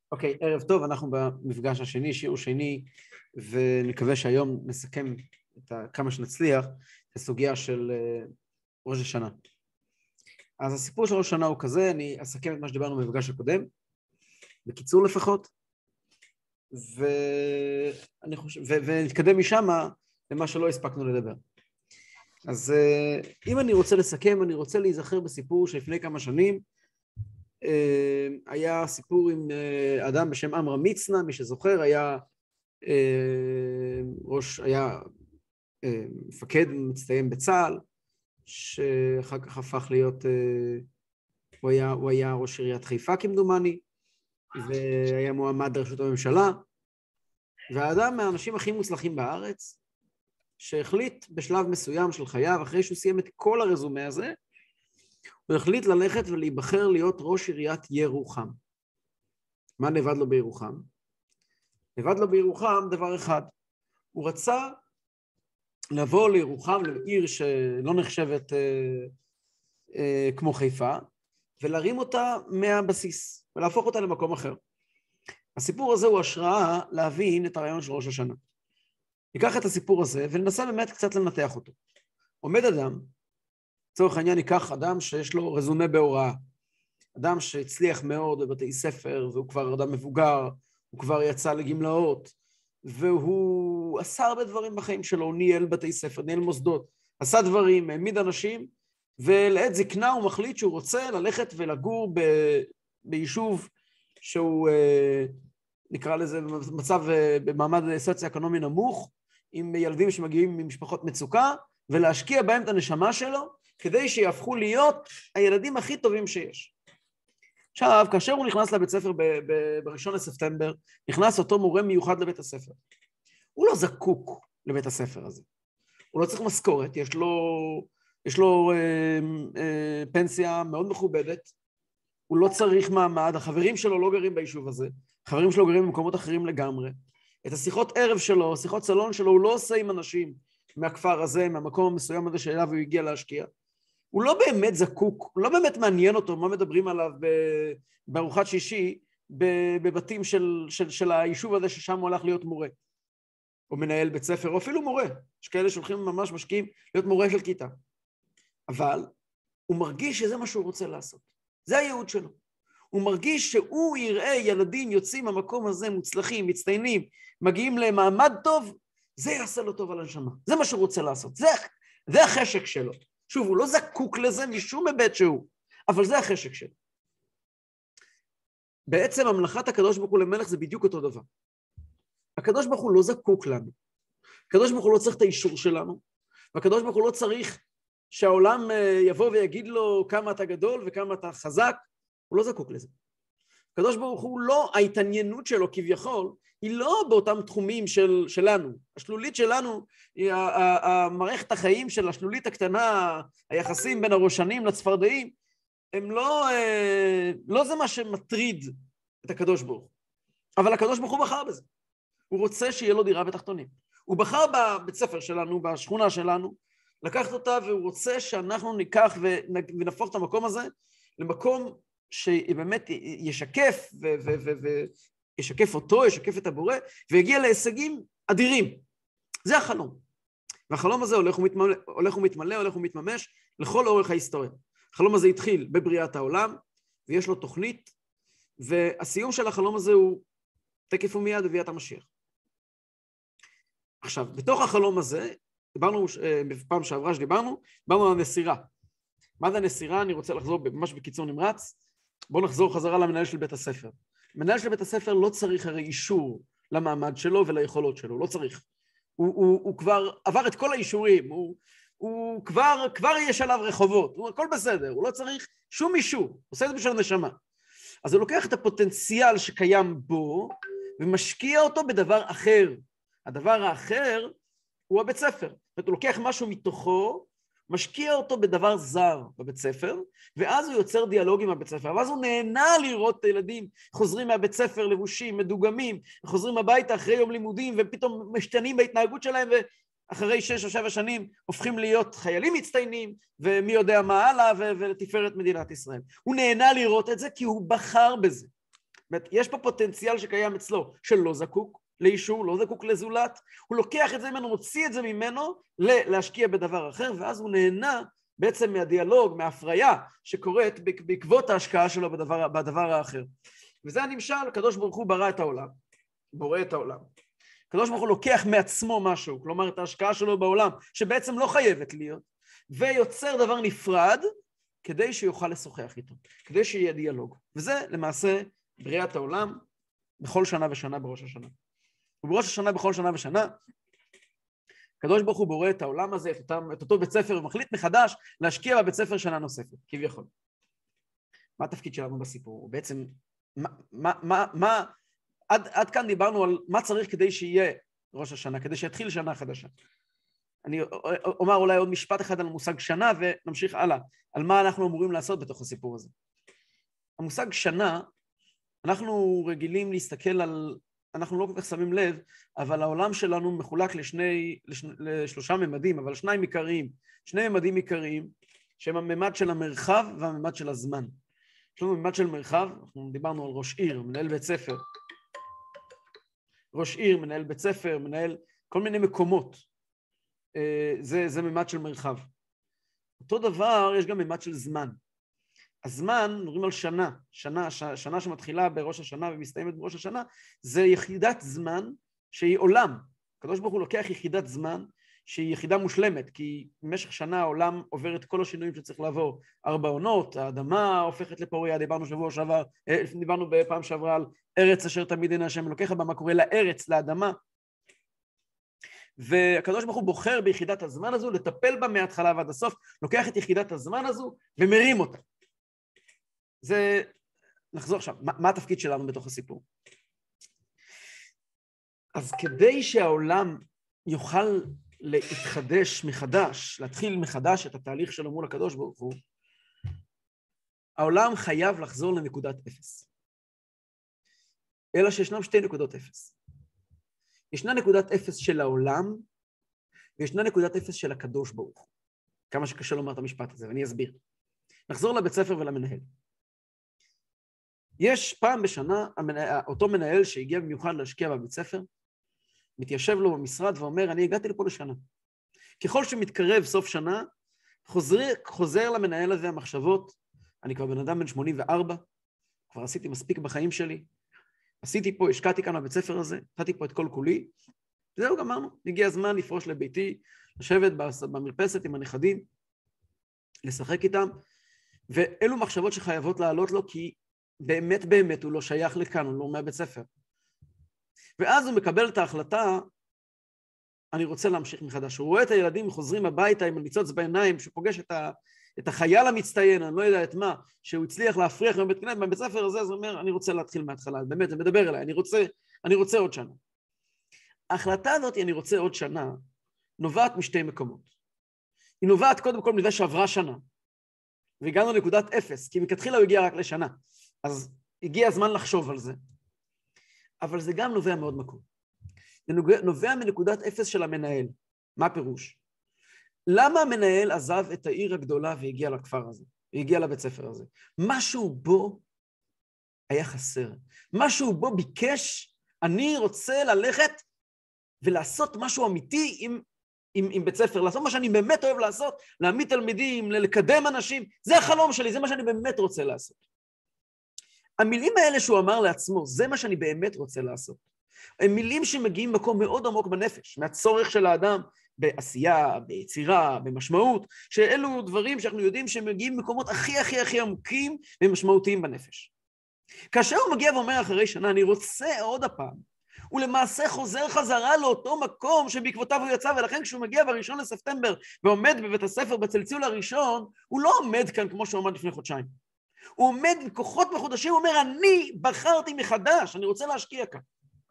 אוקיי, ערב טוב, אנחנו במפגש השני, שיעור שני, ונקווה שהיום נסכם כמה שנצליח את הסוגיה של ראש השנה. אז הסיפור של ראש השנה הוא כזה, אני אסכם את מה שדיברנו במפגש הקודם, בקיצור לפחות, ונתקדם משם למה שלא הספקנו לדבר. אז אם אני רוצה לסכם, אני רוצה להיזכר בסיפור שלפני כמה שנים, היה סיפור עם אדם בשם עמרם מצנע, מי שזוכר, היה מפקד מצטיין בצה"ל, שאחר כך הפך להיות, הוא היה ראש עיריית חיפה כמדומני, והיה מועמד לראשות הממשלה, והאדם מהאנשים הכי מוצלחים בארץ, שהחליט בשלב מסוים של חייו, אחרי שהוא סיים את כל הרזומה הזה, הוא החליט ללכת ולהיבחר להיות ראש עיריית ירוחם. מה נבד לו בירוחם? נבד לו בירוחם דבר אחד. הוא רצה לבוא לירוחם, לעיר שלא נחשבת כמו חיפה, ולהרים אותה מהבסיס, ולהפוך אותה למקום אחר. הסיפור הזה הוא השראה להבין את הרעיון של ראש השנה. ניקח את הסיפור הזה וננסה באמת קצת לנתח אותו. עומד אדם, לצורך העניין ניקח אדם שיש לו רזומה בהוראה, אדם שהצליח מאוד בבתי ספר, והוא כבר אדם מבוגר, הוא כבר יצא לגמלאות, והוא עשה הרבה דברים בחיים שלו, הוא ניהל בתי ספר, ניהל מוסדות, עשה דברים, העמיד אנשים, ולעת זקנה הוא מחליט שהוא רוצה ללכת ולגור ביישוב שהוא נקרא לזה במצב, במעמד סוציו-אקונומי נמוך, עם ילדים שמגיעים ממשפחות מצוקה, ולהשקיע בהם את הנשמה שלו, כדי שיהפכו להיות הילדים הכי טובים שיש. עכשיו, כאשר הוא נכנס לבית ספר ב-1 לספטמבר, נכנס אותו מורה מיוחד לבית הספר. הוא לא זקוק לבית הספר הזה. הוא לא צריך משכורת, יש לו פנסיה מאוד מכובדת, הוא לא צריך מעמד, החברים שלו לא גרים ביישוב הזה, החברים שלו גרים במקומות אחרים לגמרי. את השיחות ערב שלו, שיחות סלון שלו, הוא לא עושה עם אנשים מהכפר הזה, מהמקום המסוים הזה שאליו הוא הגיע להשקיע. הוא לא באמת זקוק, הוא לא באמת מעניין אותו מה מדברים עליו בארוחת שישי, בבתים של היישוב הזה ששם הוא הולך להיות מורה, או מנהל בית ספר, או אפילו מורה. יש כאלה שהולכים ממש משקיעים להיות מורה של כיתה. אבל הוא מרגיש שזה מה שהוא רוצה לעשות. זה הייעוד שלו. הוא מרגיש שהוא יראה ילדים יוצאים מהמקום הזה מוצלחים, מצטיינים, מגיעים למעמד טוב, זה יעשה לו טוב על הנשמה. זה מה שהוא רוצה לעשות. זה החשק שלו. שוב, הוא לא זקוק לזה משום היבט שהוא, אבל זה החשק שלו. בעצם המלאכת הקדוש ברוך הוא למלך זה בדיוק אותו דבר. הקדוש ברוך הוא לא זקוק לנו. הקדוש ברוך הוא לא צריך את האישור שלנו, והקדוש ברוך הוא לא צריך שהעולם יבוא ויגיד לו כמה אתה גדול וכמה אתה חזק, הוא לא זקוק לזה. הקדוש ברוך הוא לא, ההתעניינות שלו כביכול, היא לא באותם תחומים שלנו. השלולית שלנו, המערכת החיים של השלולית הקטנה, היחסים בין הרושנים לצפרדעים, הם לא זה מה שמטריד את הקדוש ברוך הוא. אבל הקדוש ברוך הוא בחר בזה. הוא רוצה שיהיה לו דירה בתחתונים. הוא בחר בבית ספר שלנו, בשכונה שלנו, לקחת אותה, והוא רוצה שאנחנו ניקח ונפוך את המקום הזה למקום שבאמת ישקף וישקף אותו, ישקף את הבורא, ויגיע להישגים אדירים. זה החלום. והחלום הזה הולך ומתמלא, הולך ומתממש לכל אורך ההיסטוריה. החלום הזה התחיל בבריאת העולם, ויש לו תוכנית, והסיום של החלום הזה הוא תקף ומיד בביאת המשיח. עכשיו, בתוך החלום הזה, דיברנו בפעם שעברה שדיברנו על הנסירה. מה זה הנסירה? אני רוצה לחזור ממש בקיצור נמרץ. בואו נחזור חזרה למנהל של בית הספר. מנהל של בית הספר לא צריך הרי אישור למעמד שלו וליכולות שלו, לא צריך. הוא כבר עבר את כל האישורים, הוא כבר יש עליו רחובות, הכל בסדר, הוא לא צריך שום אישור, עושה את זה בשביל הנשמה. אז הוא לוקח את הפוטנציאל שקיים בו, ומשקיע אותו בדבר אחר. הדבר האחר הוא הבית ספר. זאת אומרת, הוא לוקח משהו מתוכו, משקיע אותו בדבר זר בבית ספר, ואז הוא יוצר דיאלוג עם הבית ספר, ואז הוא נהנה לראות את הילדים חוזרים מהבית ספר לבושים, מדוגמים, חוזרים הביתה אחרי יום לימודים, ופתאום משתנים בהתנהגות שלהם, ואחרי 6 או 7 שנים הופכים להיות חיילים מצטיינים, ומי יודע מה הלאה, ולתפארת מדינת ישראל. הוא נהנה לראות את זה כי הוא בחר בזה. אומרת, יש פה פוטנציאל שקיים אצלו, שלא זקוק לאישור, לא זקוק לזולת, הוא לוקח את זה ממנו, מוציא את זה ממנו להשקיע בדבר אחר, ואז הוא נהנה בעצם מהדיאלוג, מההפריה שקורית בעקבות ההשקעה שלו בדבר האחר. וזה הנמשל, הקדוש ברוך הוא ברא את העולם, בורא את העולם. הקדוש ברוך הוא לוקח מעצמו משהו, כלומר את ההשקעה שלו בעולם, שבעצם לא חייבת להיות, ויוצר דבר נפרד, כדי שיוכל לשוחח איתו, כדי שיהיה דיאלוג. וזה למעשה בריאת העולם בכל שנה ושנה בראש השנה. ובראש השנה בכל שנה ושנה, הקדוש ברוך הוא בורא את העולם הזה, את אותו בית ספר, ומחליט מחדש להשקיע בבית ספר שנה נוספת, כביכול. מה התפקיד שלנו בסיפור? בעצם, עד כאן דיברנו על מה צריך כדי שיהיה ראש השנה, כדי שיתחיל שנה חדשה. אני אומר אולי עוד משפט אחד על המושג שנה, ונמשיך הלאה, על מה אנחנו אמורים לעשות בתוך הסיפור הזה. המושג שנה, אנחנו רגילים להסתכל על, אנחנו לא כל כך שמים לב, אבל העולם שלנו מחולק לשלושה ממדים, אבל שניים עיקריים, שני ממדים עיקריים, שהם הממד של המרחב והממד של הזמן. יש לנו ממד של מרחב, אנחנו דיברנו על ראש עיר, מנהל בית ספר, ראש עיר, מנהל בית ספר, מנהל כל מיני מקומות. זה ממד של מרחב. אותו דבר, יש גם ממד של זמן. הזמן, מדברים על שנה שמתחילה בראש השנה ומסתיימת בראש השנה, זה יחידת זמן שהיא עולם. הקדוש ברוך הוא לוקח יחידת זמן שהיא יחידה מושלמת, כי במשך שנה העולם עובר את כל השינויים שצריך לעבור. 4 עונות, האדמה הופכת לפוריה, דיברנו בפעם שעברה על ארץ אשר תמיד עיני השם אלוקיך בה, מה קורה לארץ, לאדמה. והקדוש ברוך הוא בוחר ביחידת הזמן הזו לטפל בה מההתחלה ועד הסוף, לוקח את יחידת הזמן הזו ומרים אותה. זה, נחזור עכשיו, מה התפקיד שלנו בתוך הסיפור? אז כדי שהעולם יוכל להתחדש מחדש, להתחיל מחדש את התהליך שלו מול הקדוש ברוך הוא, העולם חייב לחזור לנקודת אפס. אלא שישנם 2 נקודות אפס. ישנה נקודת אפס של העולם, וישנה נקודת אפס של הקדוש ברוך הוא. כמה שקשה לומר את המשפט הזה, ואני אסביר. נחזור לבית ספר ולמנהל. יש פעם בשנה, אותו מנהל שהגיע במיוחד להשקיע בבית ספר, מתיישב לו במשרד ואומר, אני הגעתי לפה לשנה. ככל שמתקרב סוף שנה, חוזר למנהל הזה המחשבות, אני כבר בן אדם בן 84, כבר עשיתי מספיק בחיים שלי, עשיתי פה, השקעתי כאן בבית ספר הזה, נתתי פה את כל כולי, וזהו גמרנו, הגיע הזמן לפרוש לביתי, לשבת במרפסת עם הנכדים, לשחק איתם, ואלו מחשבות שחייבות לעלות לו, כי באמת הוא לא שייך לכאן, הוא לא מהבית ספר. ואז הוא מקבל את ההחלטה, אני רוצה להמשיך מחדש. הוא רואה את הילדים חוזרים הביתה עם הניצוץ בעיניים, שהוא פוגש את החייל המצטיין, אני לא יודע את מה, שהוא הצליח להפריח בבית ספר הזה, אז הוא אומר, אני רוצה להתחיל מההתחלה, באמת, זה מדבר אליי, אני רוצה עוד שנה. ההחלטה הזאת, אני רוצה עוד שנה, נובעת משתי מקומות. היא נובעת קודם כל מזה שעברה שנה, והגענו לנקודת אפס, כי מכתחילה הוא הגיע רק לשנה, אז הגיע הזמן לחשוב על זה. אבל זה גם נובע מאוד מקום. זה נובע מנקודת אפס של המנהל. מה פירוש? למה המנהל עזב את העיר הגדולה והגיע לכפר הזה? והגיע לבית ספר הזה? משהו בו היה חסר. משהו בו ביקש, אני רוצה ללכת ולעשות משהו אמיתי עם בית ספר, לעשות מה שאני באמת אוהב לעשות, להעמיד תלמידים, לקדם אנשים, זה החלום שלי, זה מה שאני באמת רוצה לעשות. המילים האלה שהוא אמר לעצמו, זה מה שאני באמת רוצה לעשות. הם מילים שמגיעים מקום מאוד עמוק בנפש, מהצורך של האדם בעשייה, ביצירה, במשמעות, שאלו דברים שאנחנו יודעים שהם מגיעים מקומות הכי עמוקים ומשמעותיים בנפש. כאשר הוא מגיע ואומר אחרי שנה, אני רוצה עוד הפעם, הוא למעשה חוזר חזרה לאותו מקום שבעקבותיו הוא יצא, ולכן כשהוא מגיע ב1 לספטמבר ועומד בבית הספר בצלצול הראשון, הוא לא עומד כאן כמו שהוא עמד לפני חודשיים. הוא עומד עם כוחות מחודשים, הוא אומר, אני בחרתי מחדש, אני רוצה להשקיע כאן.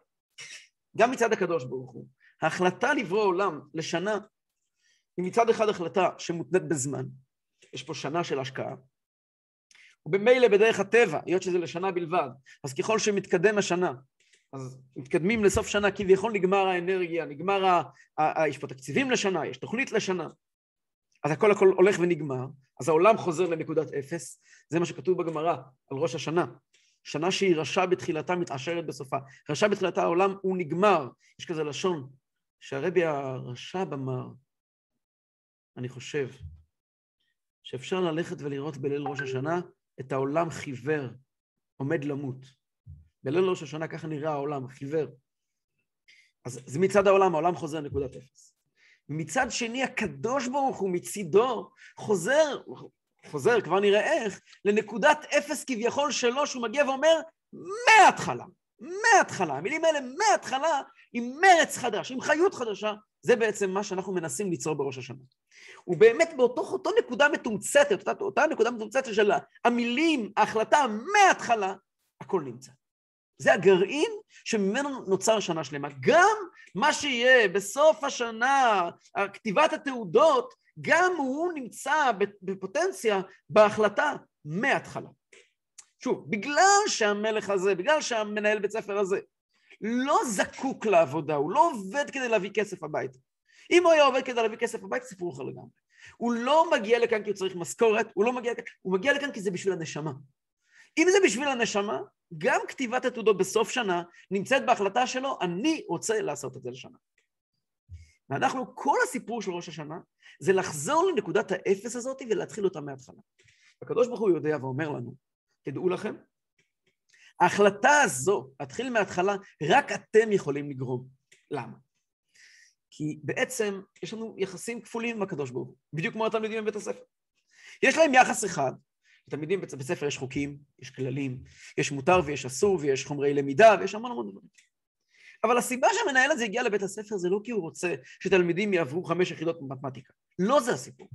גם מצד הקדוש ברוך הוא, ההחלטה לברוא עולם לשנה, היא מצד אחד החלטה שמותנית בזמן, יש פה שנה של השקעה, ובמילא בדרך הטבע, היות שזה לשנה בלבד, אז ככל שמתקדם השנה, אז מתקדמים לסוף שנה, כביכול נגמר האנרגיה, יש פה תקציבים לשנה, יש תוכנית לשנה, אז הכל הולך ונגמר, אז העולם חוזר לנקודת אפס, זה מה שכתוב בגמרא על ראש השנה, שנה שהיא רשע בתחילתה, מתעשרת בסופה. רשע בתחילתה העולם הוא נגמר. יש כזה לשון, שהרבי הרשע במר, אני חושב, שאפשר ללכת ולראות בליל ראש השנה את העולם חיוור, עומד למות. בליל ראש השנה ככה נראה העולם, חיוור. אז זה מצד העולם חוזר נקודת אפס. מצד שני, הקדוש ברוך הוא מצידו חוזר, כבר נראה איך, לנקודת אפס כביכול שלו, שהוא מגיע ואומר, מההתחלה. המילים האלה, מההתחלה, עם מרץ חדש, עם חיות חדשה, זה בעצם מה שאנחנו מנסים ליצור בראש השנה. ובאמת באותו נקודה מתומצתת, אותה נקודה מתומצתת של המילים, ההחלטה, מההתחלה, הכל נמצא. זה הגרעין שממנו נוצר שנה שלמה. גם מה שיהיה בסוף השנה, כתיבת התעודות, גם הוא נמצא בפוטנציה בהחלטה מההתחלה. שוב, בגלל שהמלך הזה, בגלל שהמנהל בית ספר הזה, לא זקוק לעבודה, הוא לא עובד כדי להביא כסף הביתה. אם הוא היה עובד כדי להביא כסף הביתה, סיפור אחר לגמרי. הוא לא מגיע לכאן כי הוא צריך משכורת, הוא מגיע לכאן כי זה בשביל הנשמה. אם זה בשביל הנשמה, גם כתיבת התעודות בסוף שנה נמצאת בהחלטה שלו, אני רוצה לעשות את זה לשנה. ואנחנו, כל הסיפור של ראש השנה, זה לחזור לנקודת האפס הזאת ולהתחיל אותה מההתחלה. הקדוש ברוך הוא יודע ואומר לנו, תדעו לכם, ההחלטה הזו, להתחיל מההתחלה, רק אתם יכולים לגרום. למה? כי בעצם יש לנו יחסים כפולים עם הקדוש ברוך הוא, בדיוק כמו התלמידים בבית הספר. יש להם יחס אחד, לתלמידים בבית הספר יש חוקים, יש כללים, יש מותר ויש אסור ויש חומרי למידה ויש המון דברים. אבל הסיבה שהמנהל הזה הגיע לבית הספר זה לא כי הוא רוצה שתלמידים יעברו 5 יחידות במתמטיקה. לא זה הסיפור.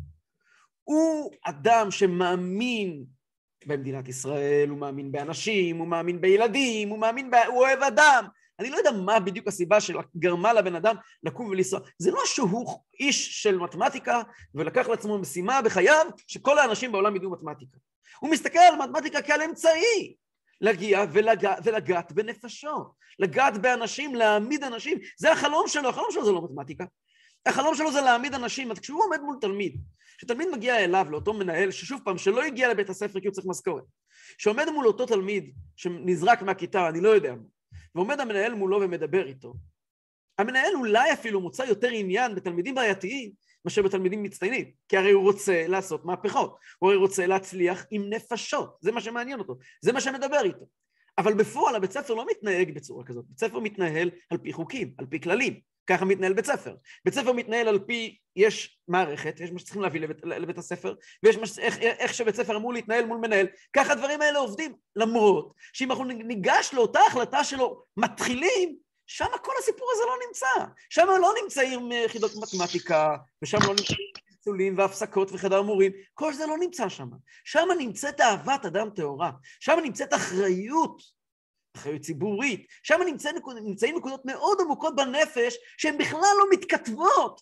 הוא אדם שמאמין במדינת ישראל, הוא מאמין באנשים, הוא מאמין בילדים, הוא אוהב אדם. אני לא יודע מה בדיוק הסיבה שגרמה לבן אדם לקום ולנסוע. זה לא שהוא איש של מתמטיקה ולקח לעצמו משימה בחייו שכל האנשים בעולם ידעו מתמטיקה. הוא מסתכל על מתמטיקה כעל אמצעי להגיע ולגעת בנפשות, לגעת באנשים, להעמיד אנשים. זה החלום שלו, החלום שלו זה לא מתמטיקה. החלום שלו זה להעמיד אנשים. אז כשהוא עומד מול תלמיד, שתלמיד מגיע אליו, לאותו מנהל, ששוב פעם, שלא הגיע לבית הספר כי הוא צריך משכורת, שעומד מול אותו תלמיד שנזרק מהכיתה, אני לא יודע מה, ועומד המנהל מולו ומדבר איתו. המנהל אולי אפילו מוצא יותר עניין בתלמידים בעייתיים מאשר בתלמידים מצטיינים, כי הרי הוא רוצה לעשות מהפכות, הוא הרי רוצה להצליח עם נפשות, זה מה שמעניין אותו, זה מה שמדבר איתו. אבל בפועל הבית ספר לא מתנהג בצורה כזאת, בית ספר מתנהל על פי חוקים, על פי כללים, ככה מתנהל בית ספר. בית ספר מתנהל על פי, יש מערכת, יש מה שצריכים להביא לבית הספר, ויש איך שבית ספר אמור להתנהל מול מנהל, ככה הדברים האלה עובדים, למרות שאם אנחנו ניגש לאותה החלטה שלו, מתחילים, שם כל הסיפור הזה לא נמצא. שם לא נמצאים יחידות מתמטיקה, ושם לא נמצאים פיצולים והפסקות וחדר מורים, כל זה לא נמצא שם. שם נמצאת אהבת אדם טהורה, שם נמצאת אחריות ציבורית, שם נמצאים נקודות מאוד עמוקות בנפש, שהן בכלל לא מתכתבות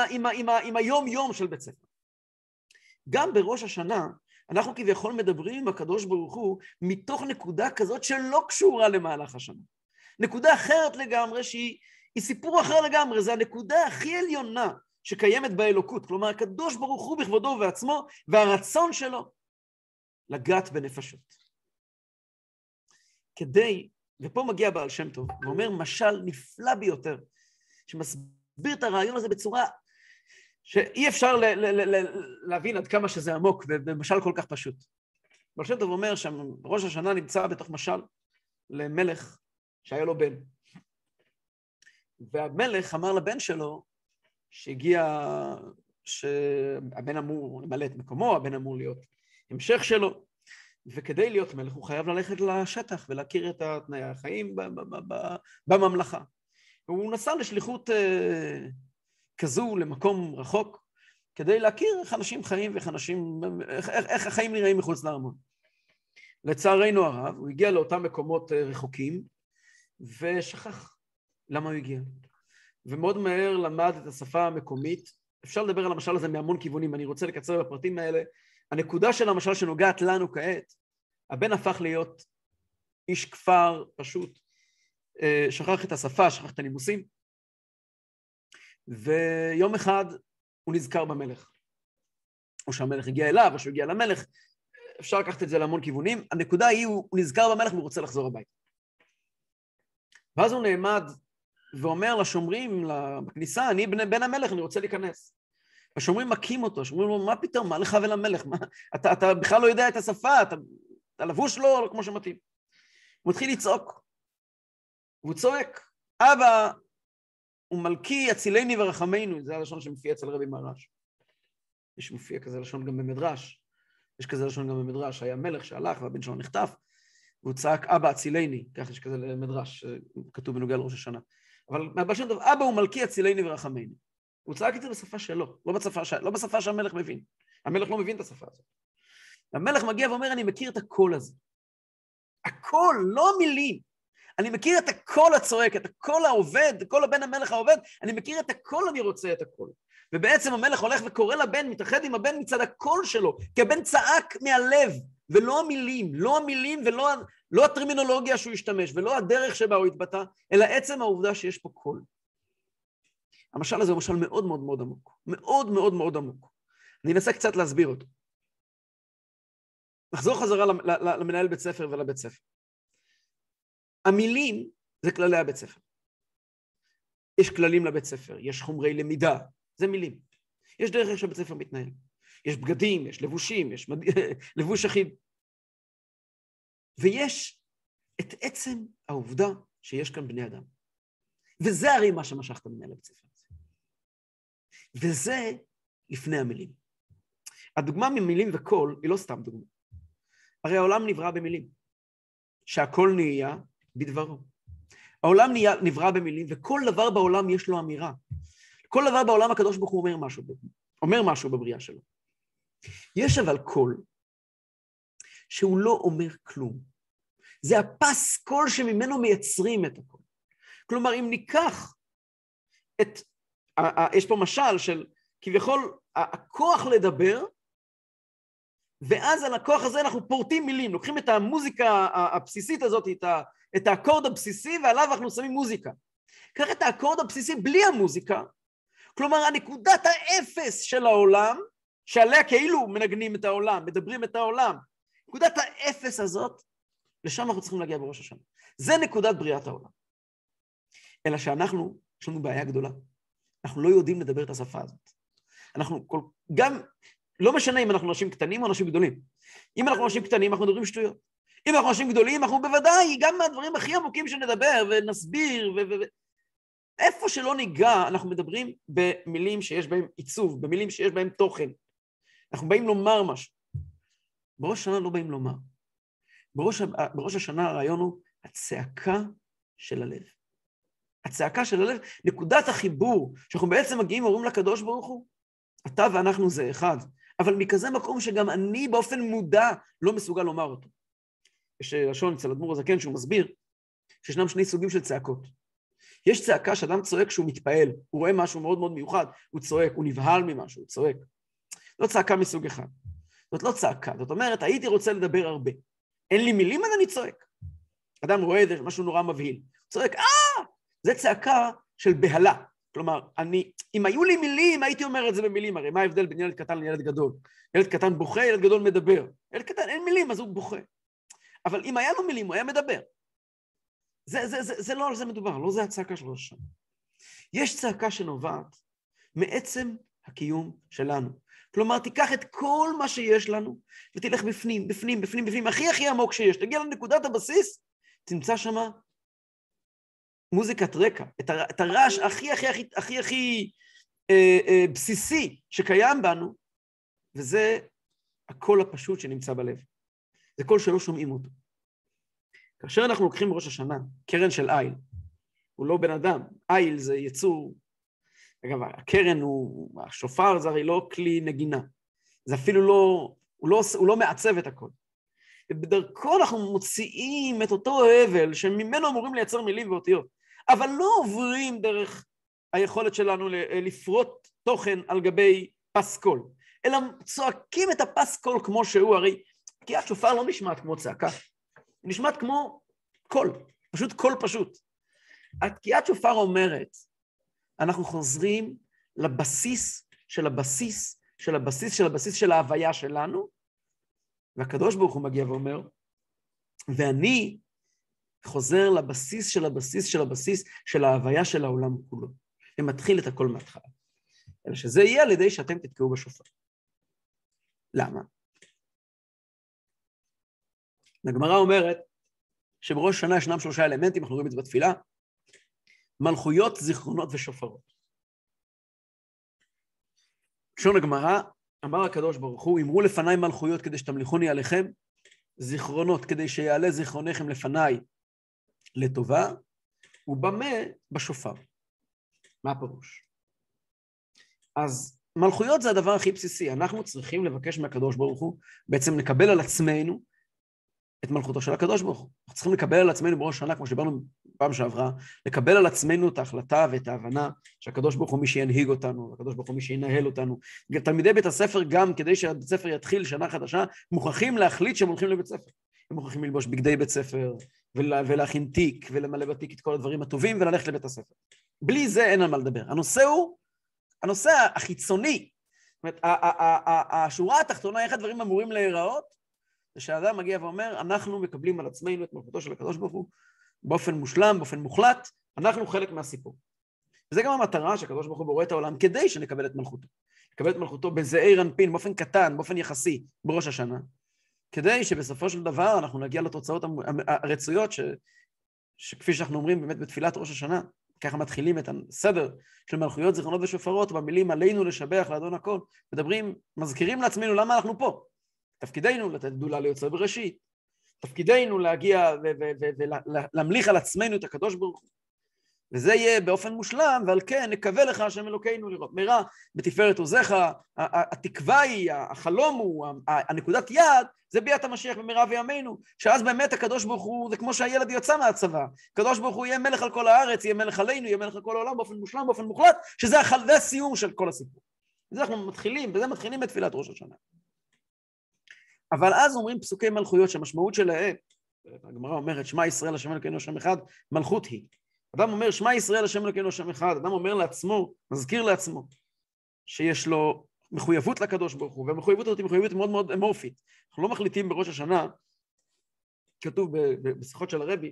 עם היום-יום של בית ספר. גם בראש השנה, אנחנו כביכול מדברים עם הקדוש ברוך הוא, מתוך נקודה כזאת שלא קשורה למהלך השנה. נקודה אחרת לגמרי, שהיא סיפור אחר לגמרי, זה הנקודה הכי עליונה שקיימת באלוקות, כלומר, הקדוש ברוך הוא בכבודו ובעצמו, והרצון שלו לגעת בנפשות. כדי, ופה מגיע בעל שם טוב, ואומר משל נפלא ביותר, שמסביר את הרעיון הזה בצורה שאי אפשר להבין עד כמה שזה עמוק, ובמשל כל כך פשוט. בעל שם טוב אומר שראש השנה נמצא בתוך משל למלך שהיה לו בן. והמלך אמר לבן שלו שהבן אמור למלא את מקומו, הבן אמור להיות המשך שלו, וכדי להיות מלך הוא חייב ללכת לשטח ולהכיר את תנאי החיים בממלכה. והוא נסע לשליחות כזו למקום רחוק, כדי להכיר איך אנשים חיים איך החיים נראים מחוץ לארמון. לצערנו הרב, הוא הגיע לאותם מקומות רחוקים, ושכח למה הוא הגיע. ומאוד מהר למד את השפה המקומית. אפשר לדבר על המשל הזה מהמון כיוונים, אני רוצה לקצר בפרטים האלה. הנקודה של המשל שנוגעת לנו כעת, הבן הפך להיות איש כפר פשוט, שכח את השפה, שכח את הנימוסים, ויום אחד הוא נזכר במלך. או שהמלך הגיע אליו, או שהוא הגיע למלך, אפשר לקחת את זה להמון כיוונים, הנקודה היא, הוא נזכר במלך והוא רוצה לחזור הביתה. ואז הוא נעמד ואומר לשומרים בכניסה, אני בן המלך, אני רוצה להיכנס. השומרים מכים אותו, השומרים לו, מה פתאום, מה לך ולמלך? אתה בכלל לא יודע את השפה, אתה לבוש לא כמו שמתאים. הוא מתחיל לצעוק, והוא צועק, אבא, הוא מלכי, הצילני ורחמנו, זה הלשון שמופיע אצל רבי מהר"ש. יש מופיע כזה לשון גם במדרש, יש כזה לשון גם במדרש, היה מלך שהלך והבן שלו נחטף, והוא צעק, אבא, הצילני, כך יש כזה למדרש, כתוב בנוגע לראש השנה. אבל מהבלשון טוב, אבא הוא מלכי, הצילני ורחמנו. הוא צעק את זה בשפה שלו, לא בשפה שהמלך מבין. המלך לא מבין את השפה הזאת. המלך מגיע ואומר, אני מכיר את הקול הזה. הקול, לא מילים. אני מכיר את הקול הצועק, את הקול העובד, קול הבן המלך העובד, אני מכיר את הקול, אני רוצה את הקול. ובעצם המלך הולך וקורא לבן, מתאחד עם הבן מצד הקול שלו, כי הבן צעק מהלב, ולא המילים, לא המילים ולא הטרמינולוגיה שהוא השתמש, ולא הדרך שבה הוא התבטא, אלא עצם העובדה שיש פה קול. המשל הזה הוא משל מאוד מאוד מאוד עמוק, מאוד מאוד מאוד עמוק. אני אנסה קצת להסביר אותו. נחזור חזרה למנהל בית ספר ולבית ספר. המילים זה כללי הבית ספר. יש כללים לבית ספר, יש חומרי למידה, זה מילים. יש דרך איך שהבית ספר מתנהל. יש בגדים, יש לבושים, יש לבוש אחיד. ויש את עצם העובדה שיש כאן בני אדם. וזה הרי מה שמשך את המנהל בית ספר. וזה לפני המילים. הדוגמה ממילים וקול היא לא סתם דוגמה. הרי העולם נברא במילים. שהקול נהיה בדברו. העולם נברא במילים, וכל דבר בעולם יש לו אמירה. כל דבר בעולם הקדוש ברוך הוא אומר משהו בבריאה שלו. יש אבל קול שהוא לא אומר כלום. זה הפס קול שממנו מייצרים את הקול. כלומר, אם ניקח יש פה משל של כביכול הכוח לדבר, ואז על הכוח הזה אנחנו פורטים מילים, לוקחים את המוזיקה הבסיסית הזאת, את האקורד הבסיסי, ועליו אנחנו שמים מוזיקה. קח את האקורד הבסיסי בלי המוזיקה, כלומר הנקודת האפס של העולם, שעליה כאילו מנגנים את העולם, מדברים את העולם, נקודת האפס הזאת, לשם אנחנו צריכים להגיע בראש השנה. זה נקודת בריאת העולם. אלא שאנחנו, יש לנו בעיה גדולה. אנחנו לא יודעים לדבר את השפה הזאת. גם, לא משנה אם אנחנו אנשים קטנים או אנשים גדולים. אם אנחנו אנשים קטנים, אנחנו מדברים שטויות. אם אנחנו אנשים גדולים, אנחנו בוודאי, גם מהדברים הכי עמוקים שנדבר ונסביר, איפה שלא ניגע, אנחנו מדברים במילים שיש בהם עיצוב, במילים שיש בהם תוכן. אנחנו באים לומר משהו. בראש השנה לא באים לומר. בראש השנה הרעיון הוא הצעקה של הלב. הצעקה של הלב, נקודת החיבור, שאנחנו בעצם מגיעים ואומרים לקדוש ברוך הוא, אתה ואנחנו זה אחד, אבל מכזה מקום שגם אני באופן מודע לא מסוגל לומר אותו. יש לשון אצל אדמו"ר הזקן שהוא מסביר, שישנם שני סוגים של צעקות. יש צעקה שאדם צועק שהוא מתפעל, הוא רואה משהו מאוד מאוד מיוחד, הוא צועק, הוא נבהל ממשהו, הוא צועק. לא צעקה מסוג אחד. זאת לא צעקה, זאת אומרת, הייתי רוצה לדבר הרבה. אין לי מילים, אז אני צועק. אדם רואה את זה, משהו נורא מבהיל. צועק, זה צעקה של בהלה. כלומר, אם היו לי מילים, הייתי אומר את זה במילים. הרי מה ההבדל בין ילד קטן לילד גדול? ילד קטן בוכה, ילד גדול מדבר. ילד קטן אין מילים, אז הוא בוכה. אבל אם היה לו מילים, הוא היה מדבר. זה לא על זה מדובר, לא זה הצעקה של ראש השנה. יש צעקה שנובעת מעצם הקיום שלנו. כלומר, תיקח את כל מה שיש לנו, ותלך בפנים, בפנים, בפנים, בפנים, הכי עמוק שיש. תגיע לנקודת הבסיס, תמצא שמה מוזיקת רקע, את הרעש הכי בסיסי שקיים בנו, וזה הקול הפשוט שנמצא בלב. זה קול שלא שומעים אותו. כאשר אנחנו לוקחים בראש השנה, קרן של איל, הוא לא בן אדם, איל זה יצור, אגב, הקרן הוא, השופר זה הרי לא כלי נגינה, זה אפילו הוא לא מעצב את הכל. ובדרכו אנחנו מוציאים את אותו הבל, שממנו אמורים לייצר מילים ואותיות, אבל לא עוברים דרך היכולת שלנו לפרוט תוכן על גבי פס קול, אלא צועקים את הפס קול כמו שהוא, הרי כי השופר לא נשמעת כמו צעקה, היא נשמעת כמו קול, פשוט קול פשוט. התקיעת שופר אומרת, אנחנו חוזרים לבסיס של הבסיס של הבסיס של הבסיס של ההוויה שלנו, והקדוש ברוך הוא מגיע ואומר, ואני חוזר לבסיס של הבסיס של הבסיס של ההוויה של העולם כולו, ומתחיל את הכל מההתחלה. אלא שזה יהיה על ידי שאתם תתקעו בשופר. למה? הגמרא אומרת שבראש השנה ישנם 3 אלמנטים, אנחנו רואים את זה בתפילה, מלכויות, זיכרונות ושופרות. לשון הגמרא, אמר הקדוש ברוך הוא, אמרו לפניי מלכויות כדי שתמליכוני עליכם, זיכרונות כדי שיעלה זיכרונכם לפניי לטובה, ובמה בשופר. מה הפירוש? אז מלכויות זה הדבר הכי בסיסי, אנחנו צריכים לבקש מהקדוש ברוך הוא, בעצם לקבל על עצמנו את מלכותו של הקדוש ברוך הוא. אנחנו צריכים לקבל על עצמנו בראש השנה, כמו שדיברנו פעם שעברה, לקבל על עצמנו את ההחלטה ואת ההבנה שהקדוש ברוך הוא מי שינהיג אותנו, הקדוש ברוך הוא מי שינהל אותנו. תלמידי בית הספר גם, כדי שהבית הספר יתחיל שנה חדשה, מוכרחים להחליט שהם הולכים לבית ספר. הם מוכרחים ללבוש בגדי בית ספר, ולהכין תיק, ולמלא בתיק את כל הדברים הטובים, וללכת לבית הספר. בלי זה אין על מה לדבר. הנושא החיצוני, זאת אומרת, השורה התחתונה, איך הדברים אמורים להיראות, זה שהאדם מגיע ואומר, אנחנו מקבלים על עצמנו את מלכותו של הקדוש ברוך הוא, באופן מושלם, באופן מוחלט, אנחנו חלק מהסיפור. וזה גם המטרה שהקדוש ברוך הוא בורא את העולם, כדי שנקבל את מלכותו. נקבל את מלכותו בזעיר אנפין, באופן קטן, באופן יחסי, בראש השנה, כדי שבסופו של דבר אנחנו נגיע לתוצאות הרצויות, שכפי שאנחנו אומרים באמת בתפילת ראש השנה, ככה מתחילים את הסדר של מלכויות, זיכרונות ושופרות, במילים עלינו לשבח לאדון הכל, מדברים, מזכירים לעצמנו למה אנחנו פה. תפקידנו לתת גדולה ליוצר בראשית, תפקידנו להגיע ולהמליך על עצמנו את הקדוש ברוך הוא, וזה יהיה באופן מושלם, ועל כן נקווה לך השם אלוקינו לראות מהרה בתפארת עוזיך. התקווה היא, החלום הוא, הנקודת יד, זה ביאת המשיח במהרה בימינו, שאז באמת הקדוש ברוך הוא, זה כמו שהילד יוצא מהצבא, הקדוש ברוך הוא יהיה מלך על כל הארץ, יהיה מלך עלינו, יהיה מלך על כל העולם באופן מושלם, באופן מוחלט, שזה הסיום של כל הסיפור. וזה אנחנו מתחילים, בזה מתחילים בתפילת ראש השנה. אבל אז אומרים פסוקי מלכויות שהמשמעות שלהם, הגמרא אומרת, שמע ישראל השם אלוקינו השם אחד, מלכות היא. אדם אומר, שמע ישראל השם אלוקינו השם אחד, אדם אומר לעצמו, מזכיר לעצמו, שיש לו מחויבות לקדוש ברוך הוא, והמחויבות הזאת היא מחויבות מאוד מאוד אמורפית. אנחנו לא מחליטים בראש השנה, כתוב בשיחות של הרבי,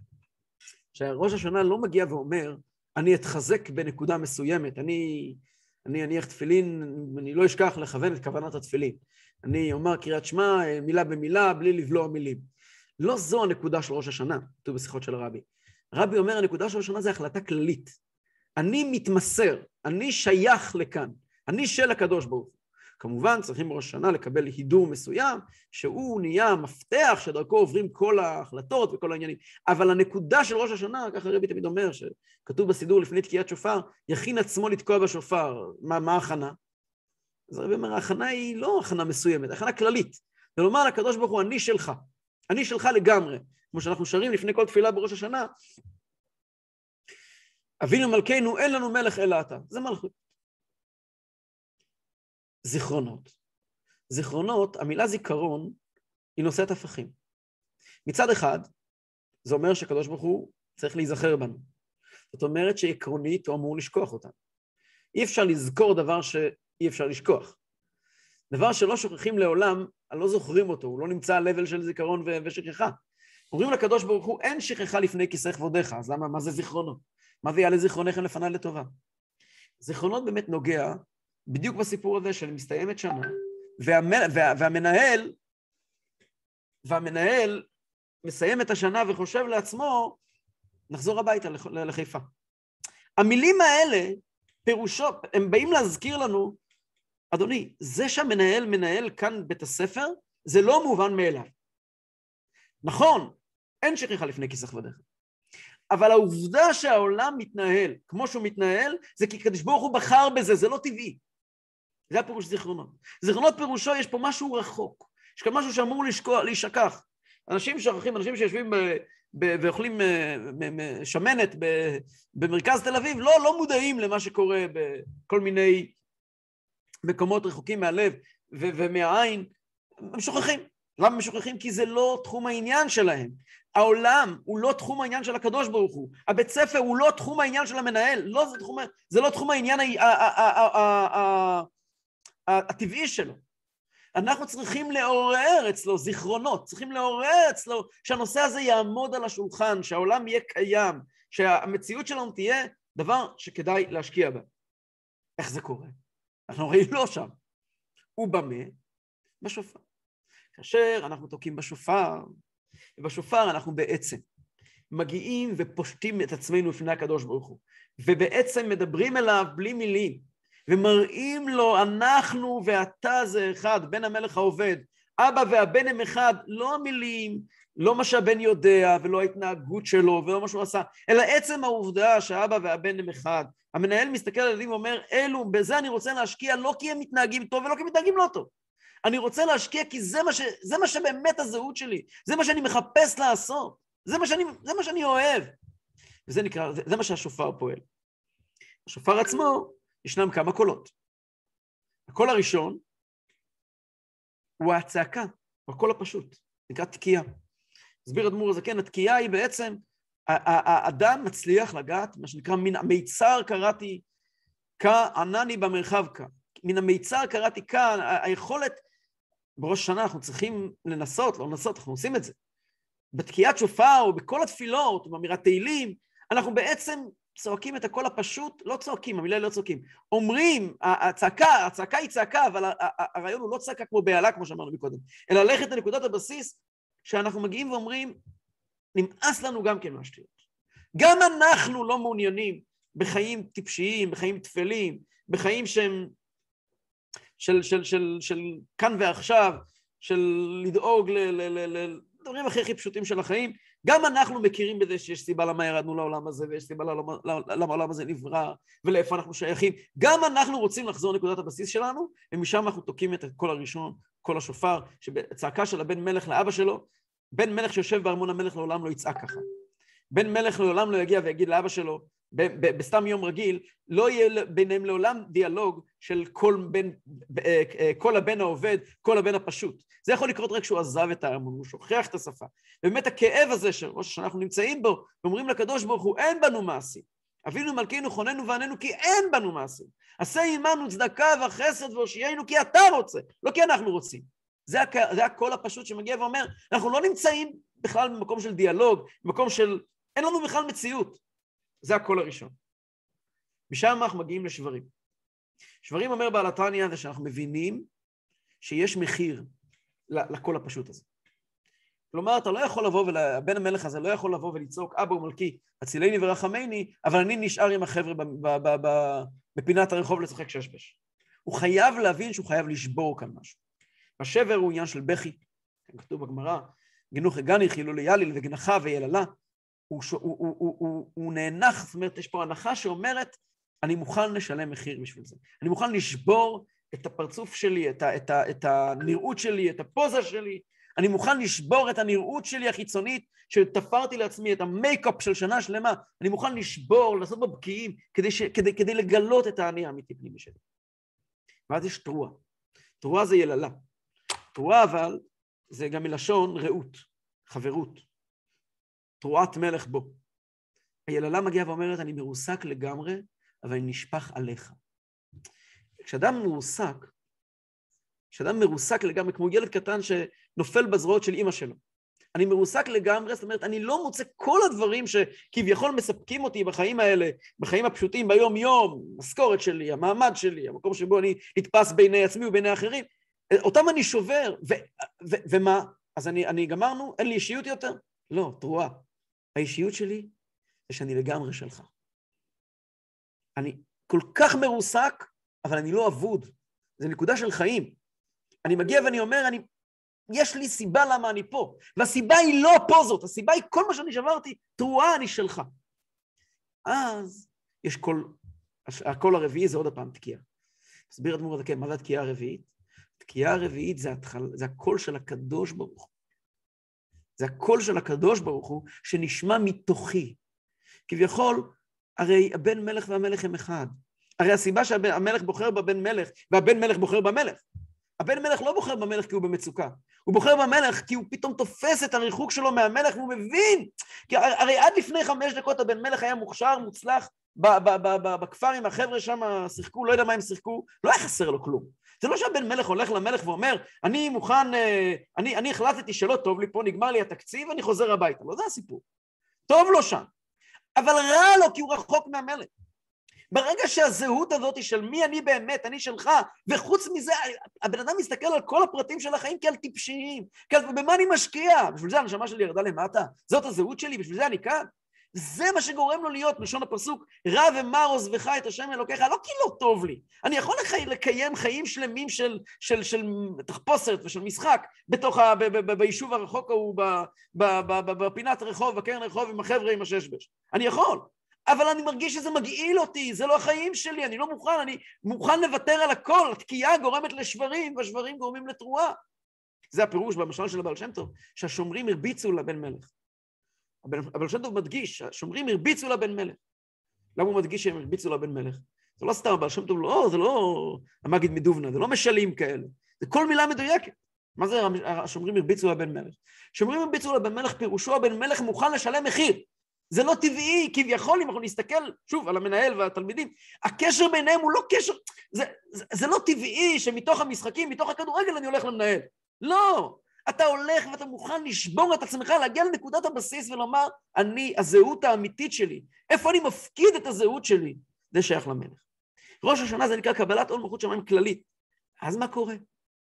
שהראש השנה לא מגיע ואומר, אני אתחזק בנקודה מסוימת, אני אניח תפילין, אני לא אשכח לכוון את כוונת התפילין. אני אומר קריאת שמע, מילה במילה, בלי לבלוע מילים. לא זו הנקודה של ראש השנה, כתוב בשיחות של הרבי. הרבי אומר, הנקודה של ראש השנה זה החלטה כללית. אני מתמסר, אני שייך לכאן, אני של הקדוש ברוך הוא. כמובן, צריכים בראש השנה לקבל הידור מסוים, שהוא נהיה מפתח שדרכו עוברים כל ההחלטות וכל העניינים. אבל הנקודה של ראש השנה, ככה הרבי תמיד אומר, שכתוב בסידור לפני תקיעת שופר, יכין עצמו לתקוע בשופר. מה ההכנה? אז הרבי אומר, ההכנה היא לא הכנה מסוימת, הכנה כללית. ולומר לקדוש ברוך הוא, אני שלך לגמרי. כמו שאנחנו שרים לפני כל תפילה בראש השנה, אבינו מלכנו, אין לנו מלך אלא אתה. זה מלכות. זיכרונות, המילה זיכרון היא נושאת הפכים. מצד אחד, זה אומר שהקדוש ברוך הוא צריך להיזכר בנו. זאת אומרת שעקרונית הוא אמור לשכוח אותנו. אי אפשר לזכור דבר שאי אפשר לשכוח. דבר שלא שוכחים לעולם, לא זוכרים אותו, הוא לא נמצא על לבל של זיכרון ושכחה. אומרים לקדוש ברוך הוא, אין שכחה לפני כיסא כבודך, אז למה, מה זה זיכרונות? מה זה יעלה זיכרונכם לפניי לטובה? זיכרונות באמת נוגע בדיוק בסיפור הזה של מסתיימת שנה, והמנהל מסיים את השנה וחושב לעצמו, נחזור הביתה לחיפה. המילים האלה, פירושו, הם באים להזכיר לנו, אדוני, זה שהמנהל מנהל כאן בית הספר, זה לא מובן מאליו. נכון, אין שכחה לפני כיסא כבודך. אבל העובדה שהעולם מתנהל כמו שהוא מתנהל, זה כי הקדוש ברוך הוא בחר בזה, זה לא טבעי. זה הפירוש זיכרונות. זיכרונות פירושו, יש פה משהו רחוק. יש כאן משהו שאמור להישכח. אנשים שוכחים, אנשים שיושבים ואוכלים שמנת במרכז תל אביב, לא מודעים למה שקורה בכל מיני מקומות רחוקים מהלב ומהעין. הם שוכחים. למה הם שוכחים? כי זה לא תחום העניין שלהם. העולם הוא לא תחום העניין של הקדוש ברוך הוא. הבית ספר הוא לא תחום העניין של המנהל. זה לא תחום העניין הטבעי שלו. אנחנו צריכים לעורר אצלו זיכרונות, צריכים לעורר אצלו שהנושא הזה יעמוד על השולחן, שהעולם יהיה קיים, שהמציאות שלנו תהיה דבר שכדאי להשקיע בה. איך זה קורה? אנחנו הרי לא שם. ובמה? בשופר. כאשר אנחנו תוקעים בשופר, ובשופר אנחנו בעצם מגיעים ופושטים את עצמנו לפני הקדוש ברוך הוא, ובעצם מדברים אליו בלי מילים, ומראים לו אנחנו ואתה זה אחד, בן המלך העובד, אבא והבן הם אחד, לא המילים, לא מה שהבן יודע, ולא ההתנהגות שלו, ולא מה שהוא עשה, אלא עצם העובדה שהאבא והבן הם אחד. המנהל מסתכל על ילדים ואומר, אלו, בזה אני רוצה להשקיע, לא כי הם מתנהגים טוב ולא כי הם מתנהגים לא טוב. אני רוצה להשקיע כי זה מה שבאמת הזהות שלי, זה מה שאני מחפש לעשות, זה מה שאני אוהב. וזה נקרא, זה מה שהשופר פועל. השופר עצמו, ישנם כמה קולות. הקול הראשון הוא הצעקה, הוא הקול הפשוט, נקרא תקיעה. הסביר אדמו"ר הזקן, התקיעה היא בעצם, האדם מצליח לגעת, מה שנקרא, מן המיצר קראתי כענני במרחב כא. מן המיצר קראתי כא, היכולת, בראש השנה אנחנו צריכים לנסות, לא לנסות, אנחנו עושים את זה. בתקיעת שופר, או בכל התפילות, או באמירת תהילים, אנחנו בעצם צועקים את הקול הפשוט, לא צועקים, המילה לא צועקים. אומרים, הצעקה היא צעקה, אבל הרעיון הוא לא צעקה כמו בעלה, כמו שאמרנו מקודם, אלא ללכת לנקודת הבסיס, שאנחנו מגיעים ואומרים, נמאס לנו גם כן מהשטויות. גם אנחנו לא מעוניינים בחיים טיפשיים, בחיים תפלים, בחיים שהם של כאן ועכשיו, של לדאוג לדברים הכי פשוטים של החיים. גם אנחנו מכירים בזה שיש סיבה למה ירדנו לעולם הזה, ויש סיבה למה העולם הזה נברא, ולאיפה אנחנו שייכים. גם אנחנו רוצים לחזור לנקודת הבסיס שלנו, ומשם אנחנו תוקעים את הקול הראשון, קול השופר, שבצעקה של הבן מלך לאבא שלו, בן מלך שיושב בארמון המלך לעולם לא יצעק ככה. בן מלך לעולם לא יגיע ויגיד לאבא שלו, בסתם יום רגיל, לא יהיה ביניהם לעולם דיאלוג של כל הבן העובד, כל הבן הפשוט. זה יכול לקרות רק כשהוא עזב את הארמון, הוא שוכח את השפה. ובאמת הכאב הזה שאנחנו נמצאים בו, ואומרים לקדוש ברוך הוא, אין בנו מעשים. אבינו מלכינו חוננו ועננו כי אין בנו מעשים. עשה עמנו צדקה וחסד והושיענו כי אתה רוצה, לא כי אנחנו רוצים. זה הקול הפשוט שמגיע ואומר, אנחנו לא נמצאים בכלל במקום של דיאלוג, במקום של, אין לנו בכלל מציאות. זה הקול הראשון. משם אנחנו מגיעים לשברים. שברים אומר בעל התניא זה שאנחנו מבינים שיש מחיר לקול הפשוט הזה. כלומר, אתה לא יכול לבוא, בן המלך הזה לא יכול לבוא ולצעוק, אבא ומלכי, הצילני ורחמני, אבל אני נשאר עם החבר'ה בפינת הרחוב לשחק ששבש. הוא חייב להבין שהוא חייב לשבור כאן משהו. השבר הוא עניין של בכי, כתוב בגמרא, גנוך הגני, חילול יליל וגנחה ויללה, הוא נאנח, זאת אומרת, יש פה הנחה שאומרת, אני מוכן לשלם מחיר בשביל זה. אני מוכן לשבור את הפרצוף שלי, את הנראות שלי, את הפוזה שלי, אני מוכן לשבור את הנראות שלי החיצונית, שתפרתי לעצמי את המייקאפ של שנה שלמה, אני מוכן לשבור, לעשות בבקיעים, כדי לגלות את האני האמיתי פנימי שלי. ואז יש תרועה. תרועה זה יללה. תרועה אבל, זה גם מלשון רעות, חברות. תרועת מלך בו. היללה מגיעה ואומרת, אני מרוסק לגמרי, אבל אני נשפך עליך. כשאדם מרוסק לגמרי, כמו ילד קטן שנופל בזרועות של אמא שלו, אני מרוסק לגמרי, זאת אומרת, אני לא מוצא כל הדברים שכביכול מספקים אותי בחיים האלה, בחיים הפשוטים, ביום יום, משכורת שלי, המעמד שלי, המקום שבו אני נתפס בעיני עצמי וביני אחרים, אותם אני שובר, ומה? אז אני גמרנו, אין לי אישיות יותר? לא, תרועה. האישיות שלי זה שאני לגמרי שלך. אני כל כך מרוסק, אבל אני לא אבוד. זה נקודה של חיים. אני מגיע ואני אומר, יש לי סיבה למה אני פה. והסיבה היא לא פוזות, הסיבה היא כל מה שאני שברתי, תרועה אני שלך. אז יש הקול הרביעי זה עוד הפעם תקיעה. תסביר את מורד, מה זה התקיעה הרביעית? התקיעה הרביעית זה הקול של הקדוש ברוך הוא. זה הקול של הקדוש ברוך הוא שנשמע מתוכי. כביכול, הרי הבן מלך והמלך הם אחד. הרי הסיבה שהמלך בוחר בבן מלך והבן מלך בוחר במלך. הבן מלך לא בוחר במלך כי הוא במצוקה. הוא בוחר במלך כי הוא פתאום תופס את הריחוק שלו מהמלך והוא מבין. כי הרי עד לפני 5 דקות הבן מלך היה מוכשר, מוצלח, בכפר עם החבר'ה שם שיחקו, לא יודע מה הם שיחקו, לא היה חסר לו כלום. זה לא שהבן מלך הולך למלך ואומר, אני מוכן, אני החלטתי שלא טוב לי פה, נגמר לי התקציב, אני חוזר הביתה. לא זה הסיפור. טוב לו שם. אבל רע לו כי הוא רחוק מהמלך. ברגע שהזהות הזאת של מי אני באמת, אני שלך, וחוץ מזה, הבן אדם מסתכל על כל הפרטים של החיים כעל טיפשיים, במה אני משקיע? בשביל זה הנשמה שלי ירדה למטה, זאת הזהות שלי, בשביל זה אני כאן. זה מה שגורם לו להיות, לשון הפסוק, רע ומר עוזבך את השם אלוקיך, לא כי לא טוב לי, אני יכול לקיים חיים שלמים של תחפושת ושל משחק, ביישוב הרחוק ההוא, בפינת רחוב, בקרן רחוב עם החבר'ה עם הששבש, אני יכול. אבל אני מרגיש שזה מגעיל אותי, זה לא החיים שלי, אני לא מוכן, אני מוכן לוותר על הכל, התקיעה גורמת לשברים, והשברים גורמים לתרועה. זה הפירוש במשל של הבעל שם טוב, שהשומרים הרביצו לבן מלך. הבעל שם טוב מדגיש, השומרים הרביצו לבן מלך. למה הוא מדגיש שהם הרביצו לבן מלך? זה לא סתם, הבעל שם טוב, לא, זה לא המגיד מדובנה, זה לא משלים כאלה, זה כל מילה מדויקת. מה זה השומרים הרביצו לבן מלך? שומרים הרביצו לבן מלך, פירושו הבן מלך מוכן לשלם מחיר. זה לא טבעי, כביכול, אם אנחנו נסתכל, שוב, על המנהל והתלמידים, הקשר ביניהם הוא לא קשר, זה לא טבעי שמתוך המשחקים, מתוך הכדורגל אני הולך למנהל. לא, אתה הולך ואתה מוכן לשבור את עצמך, להגיע לנקודת הבסיס ולומר, הזהות האמיתית שלי, איפה אני מפקיד את הזהות שלי, זה שייך למלך. ראש השנה זה נקרא קבלת עול מלכות שמיים כללית. אז מה קורה?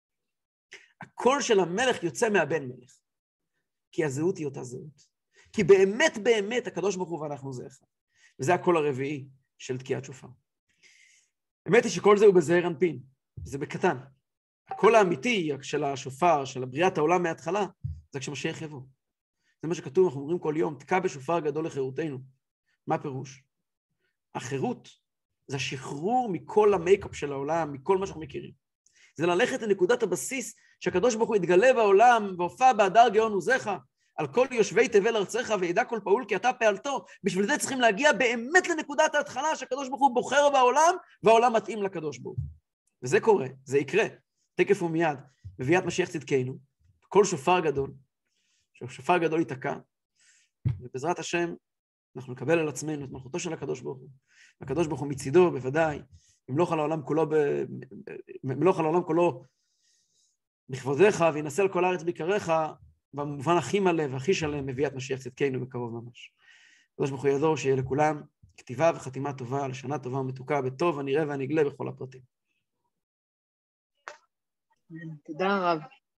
הקול של המלך יוצא מהבן מלך, כי הזהות היא אותה זהות. כי באמת באמת הקדוש ברוך הוא ואנחנו זה אחד. וזה הקול הרביעי של תקיעת שופר. האמת היא שכל זה הוא בזעיר אנפין, זה בקטן. הקול האמיתי של השופר, של בריאת העולם מההתחלה, זה כשמשיח יבוא. זה מה שכתוב, אנחנו אומרים כל יום, תקע בשופר גדול לחירותנו. מה הפירוש? החירות זה השחרור מכל המייקאפ של העולם, מכל מה שאנחנו מכירים. זה ללכת לנקודת הבסיס שהקדוש ברוך הוא יתגלה בעולם, והופע בהדר גאון עוזך, על כל יושבי תבל ארצך וידע כל פעול כי אתה פעלתו. בשביל זה צריכים להגיע באמת לנקודת ההתחלה שהקדוש ברוך הוא בוחר בעולם, והעולם מתאים לקדוש ברוך הוא. וזה קורה, זה יקרה, תקף ומיד, בביאת משיח צדקנו, כל שופר גדול, שופר גדול ייתקע, ובעזרת השם אנחנו נקבל על עצמנו את מלכותו של הקדוש ברוך הוא. הקדוש ברוך הוא מצידו, בוודאי, ימלוך על העולם כולו בכבודך, וינסה על כל הארץ ביקריך, במובן הכי מלא והכי שלם, מביאת משיח צדקנו בקרוב ממש. הקדוש ברוך הוא יעזור שיהיה לכולם כתיבה וחתימה טובה, לשנה טובה ומתוקה, בטוב הנראה והנגלה בכל הפרטים. תודה רב.